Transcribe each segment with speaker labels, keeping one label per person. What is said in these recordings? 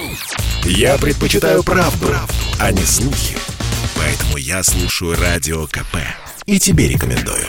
Speaker 1: Я предпочитаю правду, а не слухи. Поэтому я слушаю Радио КП. И тебе рекомендую.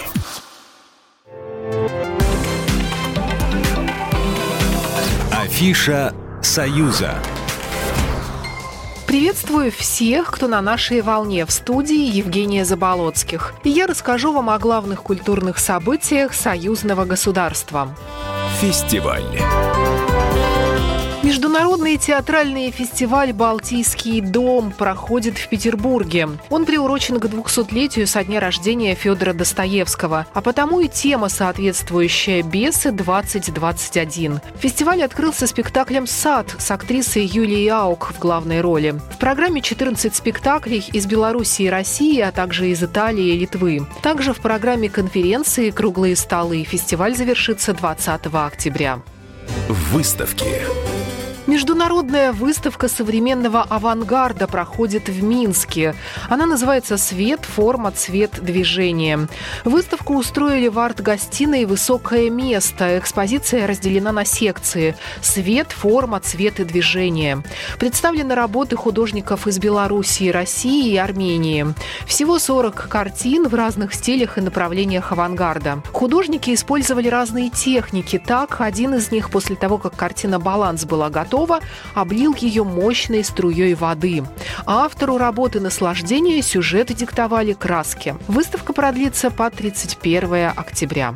Speaker 2: Афиша «Союза».
Speaker 3: Приветствую всех, кто на нашей волне. В студии Евгения Заболоцких. И я расскажу вам о главных культурных событиях союзного государства.
Speaker 2: Фестиваль.
Speaker 3: Международный театральный фестиваль «Балтийский дом» проходит в Петербурге. Он приурочен к 200-летию со дня рождения Федора Достоевского, а потому и тема соответствующая «Бесы-2021». Фестиваль открылся спектаклем «Сад» с актрисой Юлией Аук в главной роли. В программе 14 спектаклей из Беларуси и России, а также из Италии и Литвы. Также в программе конференции «Круглые столы». Фестиваль завершится 20 октября.
Speaker 2: Выставки.
Speaker 3: Международная выставка современного авангарда проходит в Минске. Она называется «Свет, форма, цвет, движение». Выставку устроили в арт-гостиной «Высокое место». Экспозиция разделена на секции «Свет, форма, цвет и движение». Представлены работы художников из Беларуси, России и Армении. Всего 40 картин в разных стилях и направлениях авангарда. Художники использовали разные техники. Так, один из них после того, как картина «Баланс» была готова, облил ее мощной струей воды. А автору работы «Наслаждение» сюжеты диктовали краски. Выставка продлится по 31 октября.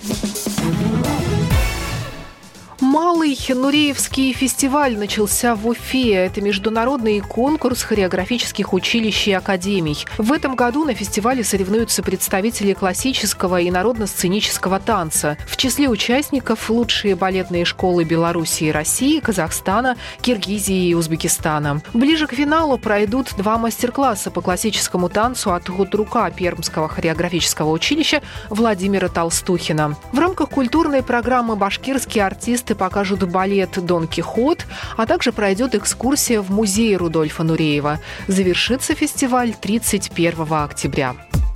Speaker 3: Малый Нуреевский фестиваль начался в Уфе. Это международный конкурс хореографических училищ и академий. В этом году на фестивале соревнуются представители классического и народно-сценического танца. В числе участников лучшие балетные школы Беларуси и России, Казахстана, Киргизии и Узбекистана. Ближе к финалу пройдут 2 мастер-класса по классическому танцу от худрука Пермского хореографического училища Владимира Толстухина. В рамках культурной программы башкирские артисты покажут балет «Дон Кихот», а также пройдет экскурсия в музей Рудольфа Нуреева. Завершится фестиваль 31 октября.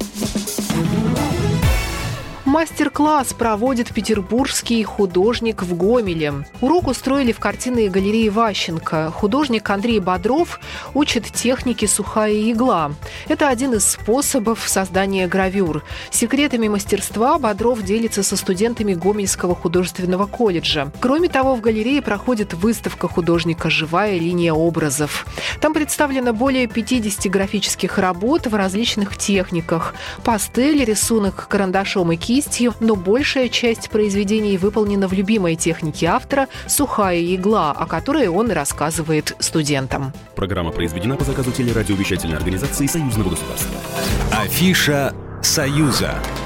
Speaker 3: Мастер-класс проводит петербургский художник в Гомеле. Урок устроили в картинной галерее Ващенко. Художник Андрей Бодров учит технике сухая игла. Это один из способов создания гравюр. Секретами мастерства Бодров делится со студентами Гомельского художественного колледжа. Кроме того, в галерее проходит выставка художника «Живая линия образов». Там представлено более 50 графических работ в различных техниках. Пастель, рисунок карандашом и кистью, но большая часть произведений выполнена в любимой технике автора «сухая игла», о которой он и рассказывает студентам.
Speaker 2: Программа произведена по заказу телерадиовещательной организации Союзного государства. Афиша «Союза».